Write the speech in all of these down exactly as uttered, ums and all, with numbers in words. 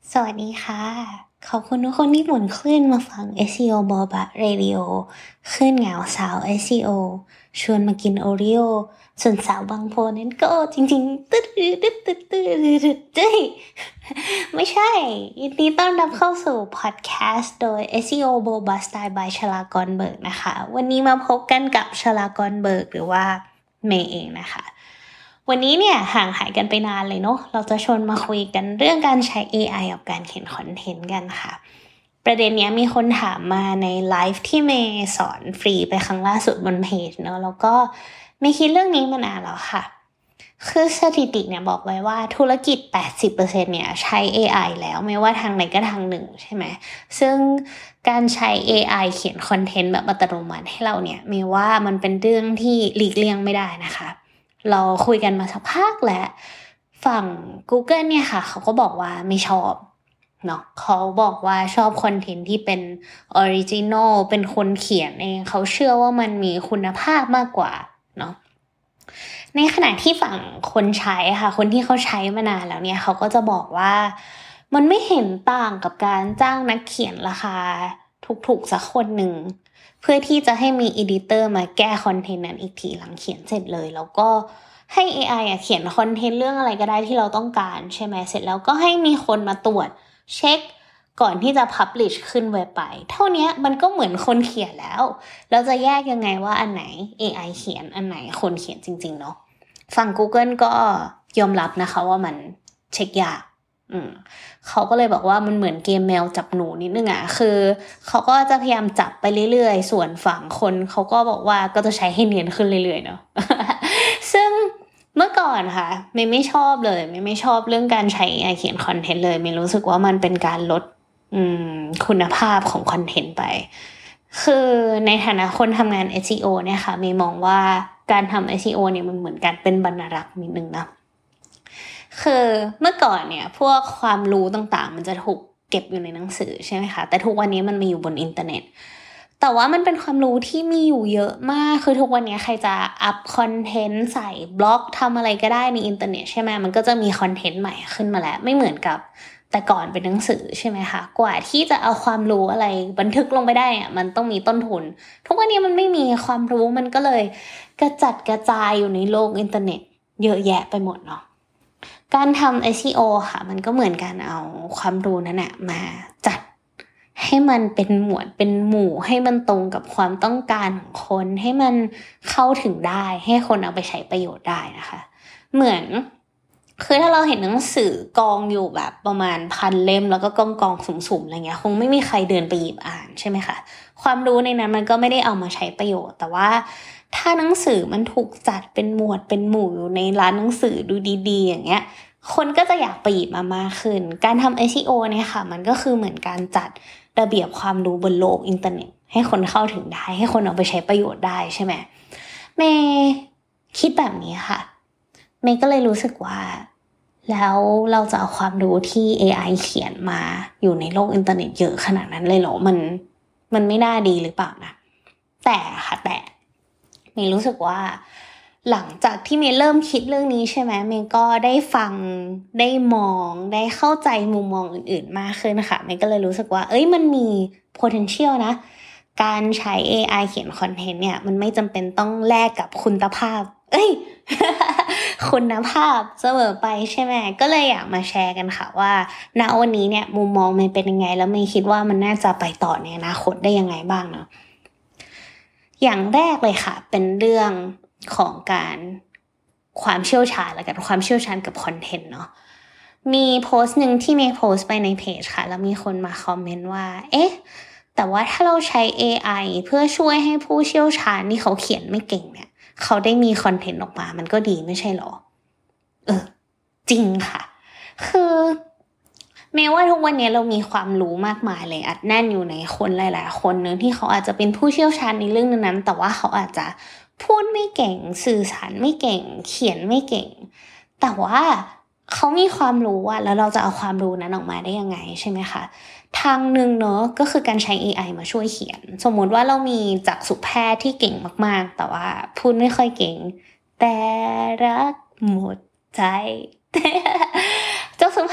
สวัสดีค่ะขอบคุณทุกคนที่หมุนคลื่นมาฟัง เอส อี โอ Boba Radio คลื่นเหงาสาว เอส อี โอ ชวนมากินโอรีโอส่วนสาวบางโพนั้นก็จริงๆตึ๊ดตึ๊ดตึ๊ดตึ๊ดตึ๊ดตึ๊ดไม่ใช่ยินดีต้อนรับเข้าสู่พอดแคสต์โดย เอส อี โอ Boba Style by ชลากรเบิกนะคะวันนี้มาพบกันกับชลากรเบิกหรือว่าเมย์เองนะคะวันนี้เนี่ยห่างหายกันไปนานเลยเนาะเราจะชวนมาคุยกันเรื่องการใช้ เอ ไอ กับการเขียนคอนเทนต์กันค่ะประเด็นนี้มีคนถามมาในไลฟ์ที่เมย์สอนฟรีไปครั้งล่าสุดบนเพจเนาะแล้วก็เมย์คิดเรื่องนี้มานานแล้วค่ะคือสถิติเนี่ยบอกไว้ว่าธุรกิจ แปดสิบเปอร์เซ็นต์ เนี่ยใช้ เอ ไอ แล้วไม่ว่าทางไหนก็ทางหนึ่งใช่ไหมซึ่งการใช้ เอ ไอ เขียนคอนเทนต์แบบอัตโนมัติให้เราเนี่ยเมย์ว่ามันเป็นเรื่องที่หลีกเลี่ยงไม่ได้นะคะเราคุยกันมาสักพักแล้วฝั่ง Google เนี่ยค่ะเขาก็บอกว่าไม่ชอบเนาะเขาบอกว่าชอบคอนเทนต์ที่เป็นออริจินอลเป็นคนเขียนเองเขาเชื่อว่ามันมีคุณภาพมากกว่าเนาะในขณะที่ฝั่งคนใช้ค่ะคนที่เขาใช้มานานแล้วเนี่ยเขาก็จะบอกว่ามันไม่เห็นต่างกับการจ้างนักเขียนราคาถูกๆสักคนหนึ่งเพื่อที่จะให้มีอีดิเตอร์มาแก้คอนเทนต์นั้นอีกทีหลังเขียนเสร็จเลยแล้วก็ให้ เอ ไอ อ่ะเขียนคอนเทนต์เรื่องอะไรก็ได้ที่เราต้องการใช่ไหมเสร็จแล้วก็ให้มีคนมาตรวจเช็คก่อนที่จะ publish ขึ้นเว็บไปเท่านี้มันก็เหมือนคนเขียนแล้วเราจะแยกยังไงว่าอันไหน เอ ไอ เขียนอันไหนคนเขียนจริงๆเนาะฝั่ง Google ก็ยอมรับนะคะว่ามันเช็คยากอืมเขาก็เลยบอกว่ามันเหมือนเกมแมวจับหนูนิดนึงอ่ะคือเขาก็จะพยายามจับไปเรื่อยๆส่วนฝั่งคนเขาก็บอกว่าก็จะใช้ให้เนียนขึ้นเรื่อยๆเนาะ ซึ่งเมื่อก่อนค่ะไม่ไม่ชอบเลยไม่ไม่ชอบเรื่องการใช้ เอ ไอ เขียนคอนเทนต์เลยไม่รู้สึกว่ามันเป็นการลดอืมคุณภาพของคอนเทนต์ไปคือในฐานะคนทำงาน เอส อี โอ เนี่ยค่ะมีมองว่าการทำ เอส อี โอ เนี่ยมันเหมือนการเป็นบรรณารักษ์นิดนึงนะคือเมื่อก่อนเนี่ยพวกความรู้ต่างๆมันจะถูกเก็บอยู่ในหนังสือใช่ไหมคะแต่ทุกวันนี้มันมีอยู่บนอินเทอร์เน็ตแต่ว่ามันเป็นความรู้ที่มีอยู่เยอะมากคือทุกวันนี้ใครจะอัพคอนเทนต์ใส่บล็อกทำอะไรก็ได้ในอินเทอร์เน็ตใช่ไหมมันก็จะมีคอนเทนต์ใหม่ขึ้นมาแล้วไม่เหมือนกับแต่ก่อนเป็นหนังสือใช่ไหมคะกว่าที่จะเอาความรู้อะไรบันทึกลงไปได้อะมันต้องมีต้นทุนทุกวันนี้มันไม่มีความรู้มันก็เลยกระจัดกระจายอยู่ในโลกอินเทอร์เน็ตเยอะแยะไปหมดเนาะการทำ เอส อี โอ ค่ะมันก็เหมือนการเอาความรู้นั้นนะมาจัดให้มันเป็นหมวดเป็นหมู่ให้มันตรงกับความต้องการของคนให้มันเข้าถึงได้ให้คนเอาไปใช้ประโยชน์ได้นะคะเหมือนคือถ้าเราเห็นหนังสือกองอยู่แบบประมาณพันเล่มแล้วก็กองกองสุ่มๆอะไรเงี้ยคงไม่มีใครเดินไปหยิบอ่านใช่ไหมคะความรู้ในนั้นมันก็ไม่ได้เอามาใช้ประโยชน์แต่ว่าถ้าหนังสือมันถูกจัดเป็นหมวดเป็นหมู่อยู่ในร้านหนังสือดูดีๆอย่างเงี้ยคนก็จะอยากไปหยิบมามากขึ้นการทำ เอส อี โอ เนี่ยค่ะมันก็คือเหมือนการจัดระเบียบความรู้บนโลกอินเทอร์เน็ตให้คนเข้าถึงได้ให้คนเอาไปใช้ประโยชน์ได้ใช่ไหมเมย์คิดแบบนี้ค่ะเมย์ก็เลยรู้สึกว่าแล้วเราจะเอาความรู้ที่ เอ ไอ เขียนมาอยู่ในโลกอินเทอร์เน็ตเยอะขนาดนั้นเลยเหรอมันมันไม่น่าดีหรือเปล่านะแต่ค่ะแต่เมย์รู้สึกว่าหลังจากที่เมย์เริ่มคิดเรื่องนี้ใช่ไหมเมย์ก็ได้ฟังได้มองได้เข้าใจมุมมองอื่นๆมากขึ้นค่ะเมย์ก็เลยรู้สึกว่าเอ้ยมันมี potential นะการใช้ เอ ไอ เขียนคอนเทนต์เนี่ยมันไม่จำเป็นต้องแลกกับคุณภาพเอ้ย คุณภาพเสมอไปใช่ไหมก็เลยอยากมาแชร์กันค่ะว่าณวันนี้เนี่ยมุมมองมันเป็นยังไงแล้วเมย์คิดว่ามันน่าจะไปต่อในอนาคตได้ยังไงบ้างเนาะอย่างแรกเลยค่ะเป็นเรื่องของการความเชี่ยวชาญและกันความเชี่ยวชาญกับคอนเทนต์เนาะมีโพสต์หนึ่งที่เมย์โพสต์ไปในเพจค่ะแล้วมีคนมาคอมเมนต์ว่าเอ๊ะแต่ว่าถ้าเราใช้ เอ ไอ เพื่อช่วยให้ผู้เชี่ยวชาญที่เขาเขียนไม่เก่งเนี่ยเขาได้มีคอนเทนต์ออกมามันก็ดีไม่ใช่หรอเออจริงค่ะคือแม้ว่าทุกวันนี้เรามีความรู้มากมายเลยอัดแน่นอยู่ในคนหลายๆคนเนอะที่เขาอาจจะเป็นผู้เชี่ยวชาญในเรื่องนั้นแต่ว่าเขาอาจจะพูดไม่เก่งสื่อสารไม่เก่งเขียนไม่เก่งแต่ว่าเขามีความรู้อะแล้วเราจะเอาความรู้นั้นออกมาได้ยังไงใช่ไหมคะทางหนึ่งเนอะก็คือการใช้ เอ ไอ มาช่วยเขียนสมมติว่าเรามีจักษุแพทย์ที่เก่งมากๆแต่ว่าพูดไม่ค่อยเก่งแต่รักหมดใจจักษุแพ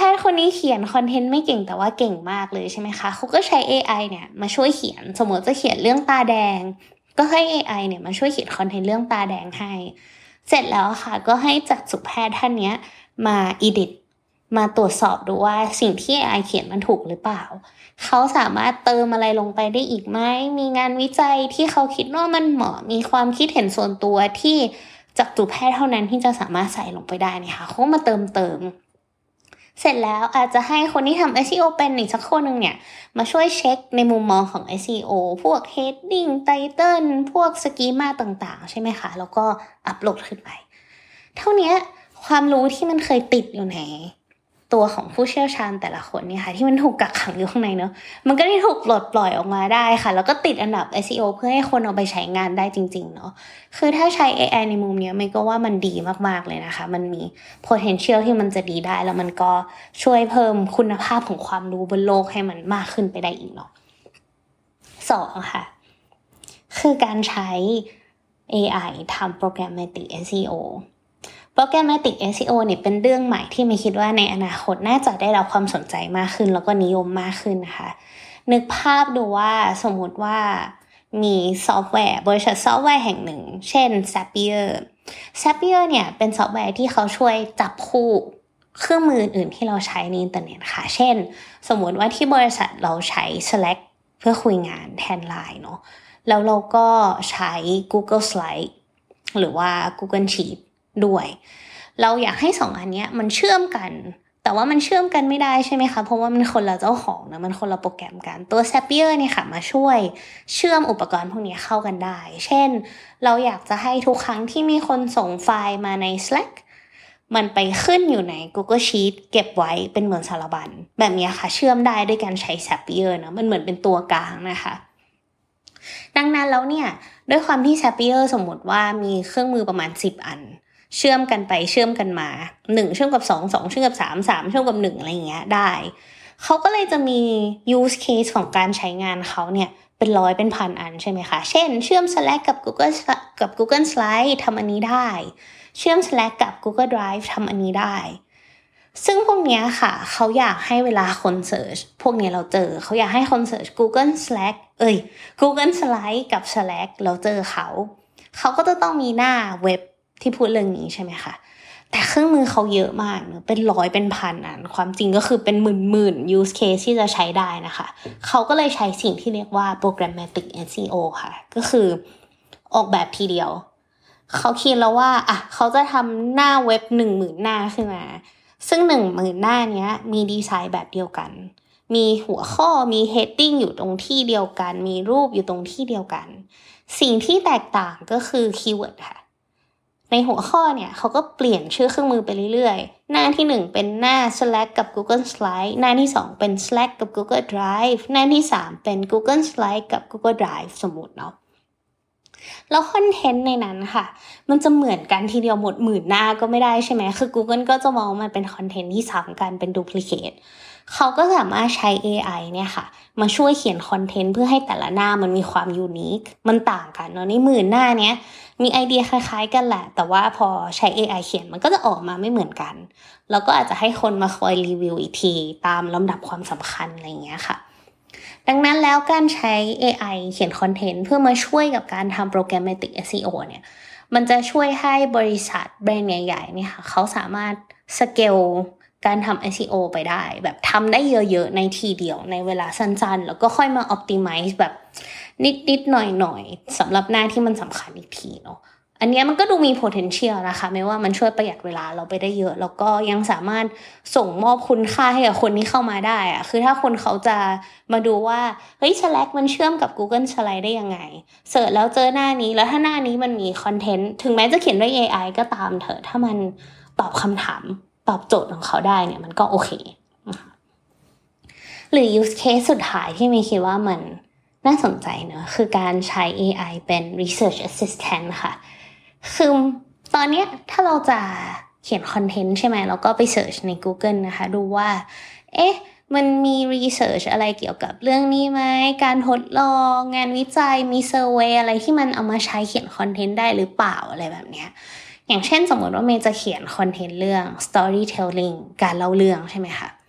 ทย์คนนี้เขียนคอนเทนต์ไม่เก่งแต่ว่าเก่งมากเลยใช่ไหมคะเขาก็ใช้ เอ ไอ เนี่ยมาช่วยเขียนสมมติจะเขียนเรื่องตาแดงก็ให้ เอ ไอ เนี่ยมาช่วยเขียนคอนเทนต์เรื่องตาแดงให้เสร็จแล้วค่ะก็ให้จักษุแพทย์ท่านนี้มา edit มาตรวจสอบดูว่าสิ่งที่ เอ ไอ เขียนมันถูกหรือเปล่าเขาสามารถเติมอะไรลงไปได้อีกไหมมีงานวิจัยที่เขาคิดว่ามันเหมาะมีความคิดเห็นส่วนตัวที่จักษุแพทย์เท่านั้นที่จะสามารถใส่ลงไปได้เนี่ยค่ะเขามาเติมเติมเสร็จแล้วอาจจะให้คนที่ทำ เอส อี โอ เป็นอีกสักคนนึงเนี่ยมาช่วยเช็คในมุมมองของ เอส อี โอ พวก heading title พวก schema ต่างๆใช่ไหมคะแล้วก็อัปโหลดขึ้นไปเท่านี้ความรู้ที่มันเคยติดอยู่ในตัวของผู้เชี่ยวชาญแต่ละคนเนี่ยค่ะที่มันถูกกักขังอยู่ข้างในเนอะมันก็ได้ถูกปลดปล่อยออกมาได้ค่ะแล้วก็ติดอันดับ เอส อี โอ เพื่อให้คนเอาไปใช้งานได้จริงๆเนาะคือถ้าใช้ เอ ไอ ในมุมนี้มันก็ว่ามันดีมากๆเลยนะคะมันมี potential ที่มันจะดีได้แล้วมันก็ช่วยเพิ่มคุณภาพของความรู้บนโลกให้มันมากขึ้นไปได้อีกเนาะสองค่ะคือการใช้ เอ ไอ ทำ programmatic เอส อี โอProgrammatic เอส อี โอ เนี่ยเป็นเรื่องใหม่ที่ไม่คิดว่าในอนาคตน่าจะได้รับความสนใจมากขึ้นแล้วก็นิยมมากขึ้นนะคะนึกภาพดูว่าสมมุติว่ามีซอฟต์แวร์บริษัทซอฟต์แวร์แห่งหนึ่งเช่น Zapier Zapier เนี่ยเป็นซอฟต์แวร์ที่เขาช่วยจับคู่เครื่องมืออื่นที่เราใช้ในอินเทอร์เน็ตค่ะเช่นสมมุติว่าที่บริษัทเราใช้ Slack เพื่อคุยงานแทน ไลน์ เนาะแล้วเราก็ใช้ Google Slide หรือว่า Google Sheetด้วยเราอยากให้สองอันเนี้ยมันเชื่อมกันแต่ว่ามันเชื่อมกันไม่ได้ใช่ไหมคะเพราะว่ามันคนละเจ้าของนะมันคนละโปรแกรมกันตัว Zapier เนี่ยค่ะมาช่วยเชื่อมอุปกรณ์พวกนี้เข้ากันได้เช่นเราอยากจะให้ทุกครั้งที่มีคนส่งไฟล์มาใน Slack มันไปขึ้นอยู่ใน Google Sheet เก็บไว้เป็นเหมือนสารบัญแบบนี้ค่ะเชื่อมได้ด้วยการใช้ Zapier นะมันเหมือนเป็นตัวกลางนะคะดังนั้นแล้วเนี่ยด้วยความที่ Zapier สมมติว่ามีเครื่องมือประมาณสิบอันเชื่อมกันไปเชื่อมกันมาหนึ่งเชื่อมกับสอง สองเชื่อมกับสาม สามเชื่อมกับหนึ่งอะไรอย่างเงี้ยได้เขาก็เลยจะมี use case ของการใช้งานเขาเนี่ยเป็นร้อยเป็นพันอันใช่ไหมคะเช่นเชื่อม Slack กับ Google กับ Google Slide ทำอันนี้ได้เชื่อม Slack กับ Google Drive ทำอันนี้ได้ซึ่งพวกเนี้ยค่ะเขาอยากให้เวลาคนเสิร์ชพวกเนี้ยเราเจอเขาอยากให้คนเสิร์ช Google Slack เอ้ย Google Slide กับ Slack เราเจอเขาเขาก็จะต้องมีหน้าเว็บที่พูดเรื่องนี้ใช่ไหมคะแต่เครื่องมือเขาเยอะมากเนอะเป็นร้อยเป็นพันอันความจริงก็คือเป็นหมื่นหมื่น use case ที่จะใช้ได้นะคะเขาก็เลยใช้สิ่งที่เรียกว่า programmatic เอส อี โอ ค่ะก็คือออกแบบทีเดียวเขาคิดแล้วว่าอ่ะเขาจะทำหน้าเว็บหนึ่งหมื่นหน้าขึ้นมาซึ่งหนึ่งหมื่นหน้านี้มีดีไซน์แบบเดียวกันมีหัวข้อมี heading อยู่ตรงที่เดียวกันมีรูปอยู่ตรงที่เดียวกันสิ่งที่แตกต่างก็คือคีย์เวิร์ดค่ะในหัวข้อเนี่ยเขาก็เปลี่ยนชื่อเครื่องมือไปเรื่อยๆหน้าที่หนึ่งเป็นหน้า Slack กับ Google Slide หน้าที่สองเป็น Slack กับ Google Drive หน้าที่สามเป็น Google Slide กับ Google Drive สมมุติเนาะแล้วคอนเทนต์ในนั้นค่ะมันจะเหมือนกันทีเดียวหมดหมื่นหน้าก็ไม่ได้ใช่ไหมคือ Google ก็จะมองมันเป็นคอนเทนต์ที่ซ้ำกันเป็นดูพลิเคทเขาก็สามารถใช้ เอ ไอ เนี่ยค่ะมาช่วยเขียนคอนเทนต์เพื่อให้แต่ละหน้ามันมีความยูนิคมันต่างกันเนาะในหมื่นหน้าเนี้ยมีไอเดียคล้ายๆกันแหละแต่ว่าพอใช้ เอ ไอ เขียนมันก็จะออกมาไม่เหมือนกันแล้วก็อาจจะให้คนมาคอยรีวิวอีกทีตามลำดับความสำคัญอะไรอย่างเงี้ยค่ะดังนั้นแล้วการใช้ เอ ไอ เขียนคอนเทนต์เพื่อมาช่วยกับการทำ programmatic เอส อี โอ เนี่ยมันจะช่วยให้บริษัทแบรนด์ใหญ่ๆเนี่ยค่ะเขาสามารถสเกลการทำ เอส อี โอ ไปได้แบบทำได้เยอะๆในทีเดียวในเวลาสั้นๆแล้วก็ค่อยมา optimize แบบนิดๆหน่อยๆสำหรับหน้าที่มันสำคัญอีกทีเนาะอันนี้มันก็ดูมี potential นะคะไม่ว่ามันช่วยประหยัดเวลาเราไปได้เยอะแล้วก็ยังสามารถส่งมอบคุณค่าให้กับคนที่เข้ามาได้อะคือถ้าคนเขาจะมาดูว่าเฮ้ย Slack มันเชื่อมกับ Google Slide ได้ยังไงเสิร์ชแล้วเจอหน้านี้แล้วถ้าหน้านี้มันมีคอนเทนต์ถึงแม้จะเขียนด้วย เอ ไอ ก็ตามเถอะถ้ามันตอบคำถามตอบโจทย์ของเขาได้เนี่ยมันก็โอเคหรือ use case สุดท้ายที่มีคิดว่ามันน่าสนใจเนอะคือการใช้ เอ ไอ เป็น research assistant ค่ะคือตอนนี้ถ้าเราจะเขียนคอนเทนต์ใช่ไหมเราก็ไปเสิร์ชใน Google นะคะดูว่าเอ๊ะมันมี research อะไรเกี่ยวกับเรื่องนี้ไหมการทดลองงานวิจัยมี survey อะไรที่มันเอามาใช้เขียนคอนเทนต์ได้หรือเปล่าอะไรแบบเนี้ยอย่างเช่นสมมติว่าเมย์จะเขียนคอนเทนต์เรื่อง storytelling การเล่าเรื่องใช่ไหมคะ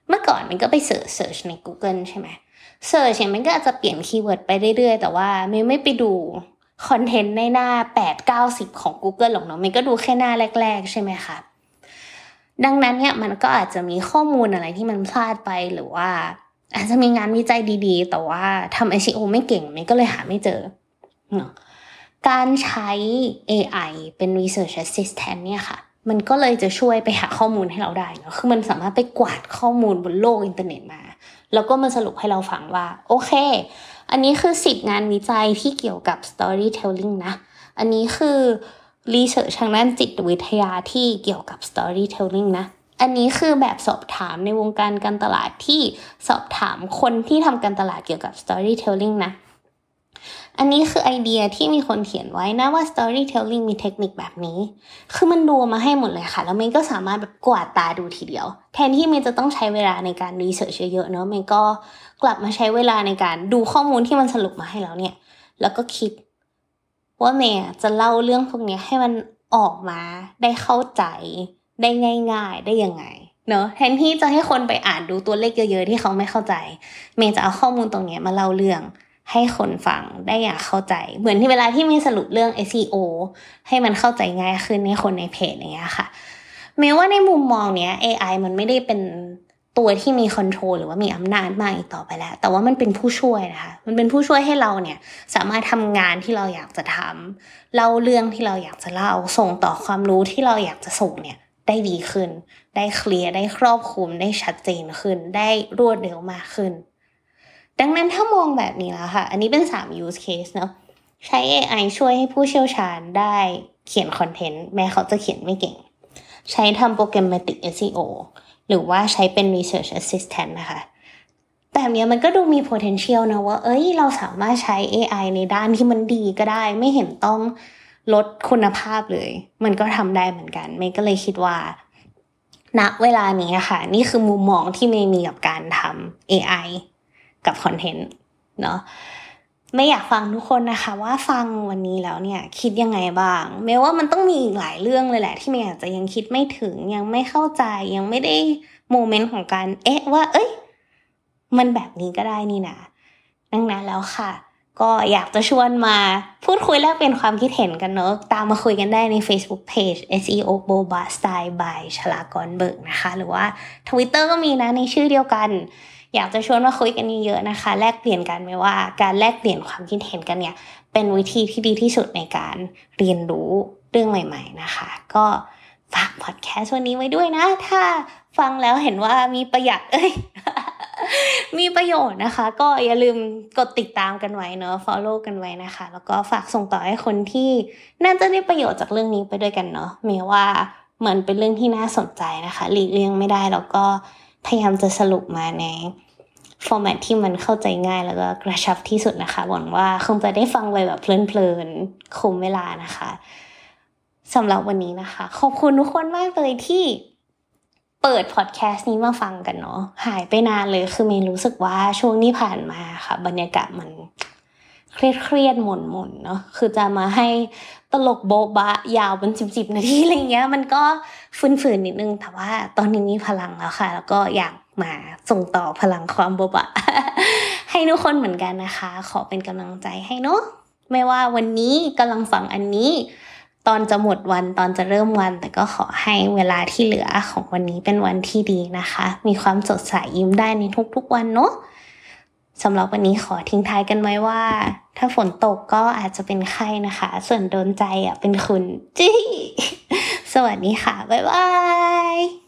เมื่อก่อนมันก็ไปเสิร์ชเสิร์ชใน Google ใช่ไหมเสิร์ชเนี่ยมันก็อาจจะเปลี่ยนคีย์เวิร์ดไปเรื่อยๆแต่ว่ามันไม่ไปดูคอนเทนต์ในหน้าแปด เก้า สิบของ Google หรอกเนาะมันก็ดูแค่หน้าแรกๆใช่ไหมคะดังนั้นเนี่ยมันก็อาจจะมีข้อมูลอะไรที่มันพลาดไปหรือว่าอาจจะมีงานวิจัยดีๆแต่ว่าทำ เอส อี โอ ไม่เก่งมันก็เลยหาไม่เจอเนาะการใช้ เอ ไอ เป็น Research Assistant เนี่ยค่ะมันก็เลยจะช่วยไปหาข้อมูลให้เราได้เนาะคือมันสามารถไปกวาดข้อมูลบนโลกอินเทอร์เน็ตมาแล้วก็มาสรุปให้เราฟังว่าโอเคอันนี้คือสิบงานวิจัยที่เกี่ยวกับ storytelling นะอันนี้คือรีเสิร์ชทางด้านจิตวิทยาที่เกี่ยวกับ storytelling นะอันนี้คือแบบสอบถามในวงการการตลาดที่สอบถามคนที่ทำการตลาดเกี่ยวกับ storytelling นะอันนี้คือไอเดียที่มีคนเขียนไว้นะว่า storytelling มีเทคนิคแบบนี้คือมันดูมาให้หมดเลยค่ะแล้วมันก็สามารถแบบกวาดตาดูทีเดียวแทนที่มันจะต้องใช้เวลาในการรีเสิร์ชเยอะๆเนอะมันก็กลับมาใช้เวลาในการดูข้อมูลที่มันสรุปมาให้แล้วเนี่ยแล้วก็คิดว่าเมย์จะเล่าเรื่องพวกนี้ให้มันออกมาได้เข้าใจได้ง่ายๆได้ยังไงเนอะแทนที่จะให้คนไปอ่านดูตัวเลขเยอะๆที่เขาไม่เข้าใจเมย์จะเอาข้อมูลตรงนี้มาเล่าเรื่องให้คนฟังได้อย่างเข้าใจเหมือนที่เวลาที่มีสรุปเรื่อง เอส อี โอ ให้มันเข้าใจง่ายขึ้นในคนในเพจอย่างเงี้ยค่ะแม้ว่าในมุมมองเนี้ย เอ ไอ มันไม่ได้เป็นตัวที่มีคอนโทรลหรือว่ามีอำนาจมากอีกต่อไปแล้วแต่ว่ามันเป็นผู้ช่วยนะคะมันเป็นผู้ช่วยให้เราเนี่ยสามารถทำงานที่เราอยากจะทำเล่าเรื่องที่เราอยากจะเล่าส่งต่อความรู้ที่เราอยากจะส่งเนี่ยได้ดีขึ้นได้เคลียร์ได้ครอบคลุมได้ชัดเจนขึ้นได้รวดเร็วมากขึ้นดังนั้นถ้ามองแบบนี้แล้วค่ะอันนี้เป็นสาม use case เนาะใช้ เอ ไอ ช่วยให้ผู้เชี่ยวชาญได้เขียนคอนเทนต์แม้เขาจะเขียนไม่เก่งใช้ทำ programmatic เอส อี โอ หรือว่าใช้เป็น research assistant นะคะแบบนี้มันก็ดูมี potential นะว่าเอ้ยเราสามารถใช้ เอ ไอ ในด้านที่มันดีก็ได้ไม่เห็นต้องลดคุณภาพเลยมันก็ทำได้เหมือนกันเมย์ก็เลยคิดว่าณเวลานี้ค่ะนี่คือมุมมองที่เมย์มีกับการทำ เอ ไอ กับคอนเทนต์เนาะไม่อยากฟังทุกคนนะคะว่าฟังวันนี้แล้วเนี่ยคิดยังไงบ้างแม้ว่ามันต้องมีอีกหลายเรื่องเลยแหละที่เมย์อาจจะยังคิดไม่ถึงยังไม่เข้าใจยังไม่ได้โมเมนต์ของการเอ๊ะว่าเอ้ยมันแบบนี้ก็ได้นี่นะดังนั้นแล้วค่ะก็อยากจะชวนมาพูดคุยแลกเปลี่ยนความคิดเห็นกันเนอะตามมาคุยกันได้ใน Facebook Page เอส อี โอ Boba Style by ชลากรเบิกนะคะหรือว่า Twitter ก็มีนะในชื่อเดียวกันอยากจะชวนมาคุยกันเยอะๆนะคะแลกเปลี่ยนกันไม่ว่าการแลกเปลี่ยนความคิดเห็นกันเนี่ยเป็นวิธีที่ดีที่สุดในการเรียนรู้เรื่องใหม่ๆนะคะก็ฝากพอดแคสต์วันนี้ไว้ด้วยนะถ้าฟังแล้วเห็นว่ามีประหยัดเอ้ย มีประโยชน์นะคะก็อย่าลืมกดติดตามกันไว้เนอะ follow กันไว้นะคะแล้วก็ฝากส่งต่อให้คนที่น่าจะได้ประโยชน์จากเรื่องนี้ไปด้วยกันเนอะเมย์ว่าเหมือนเป็นเรื่องที่น่าสนใจนะคะหลีกเลี่ยงไม่ได้แล้วก็พยายามจะสรุปมาในฟอร์แมตที่มันเข้าใจง่ายแล้วก็กระชับที่สุดนะคะหวังว่าคงจะได้ฟังไปแบบเพลินๆคุ้มเวลานะคะสำหรับวันนี้นะคะขอบคุณทุกคนมากเลยที่เปิดพอดแคสต์นี้มาฟังกันเนาะหายไปนานเลยคือเมย์รู้สึกว่าช่วงที่ผ่านมาค่ะบรรยากาศมันเครียดเครียดหม่นหม่นเนาะคือจะมาให้ตลกโบ๊ะบะยาวเป็นสิบสิบนาทีอะไรเงี้ยมันก็ฝืนๆนิดนึงแต่ว่าตอนนี้มีพลังแล้วค่ะแล้วก็อยากมาส่งต่อพลังความโบ๊ะบะ ให้ทุกคนเหมือนกันนะคะขอเป็นกำลังใจให้เนาะไม่ว่าวันนี้กำลังฟังอันนี้ตอนจะหมดวันตอนจะเริ่มวันแต่ก็ขอให้เวลาที่เหลือของวันนี้เป็นวันที่ดีนะคะมีความสดใสยิ้มได้ในทุกๆวันเนาะสำหรับวันนี้ขอทิ้งท้ายกันไว้ว่าถ้าฝนตกก็อาจจะเป็นไข้นะคะส่วนโดนใจอ่ะเป็นคุณจี้ สวัสดีค่ะบ๊ายบาย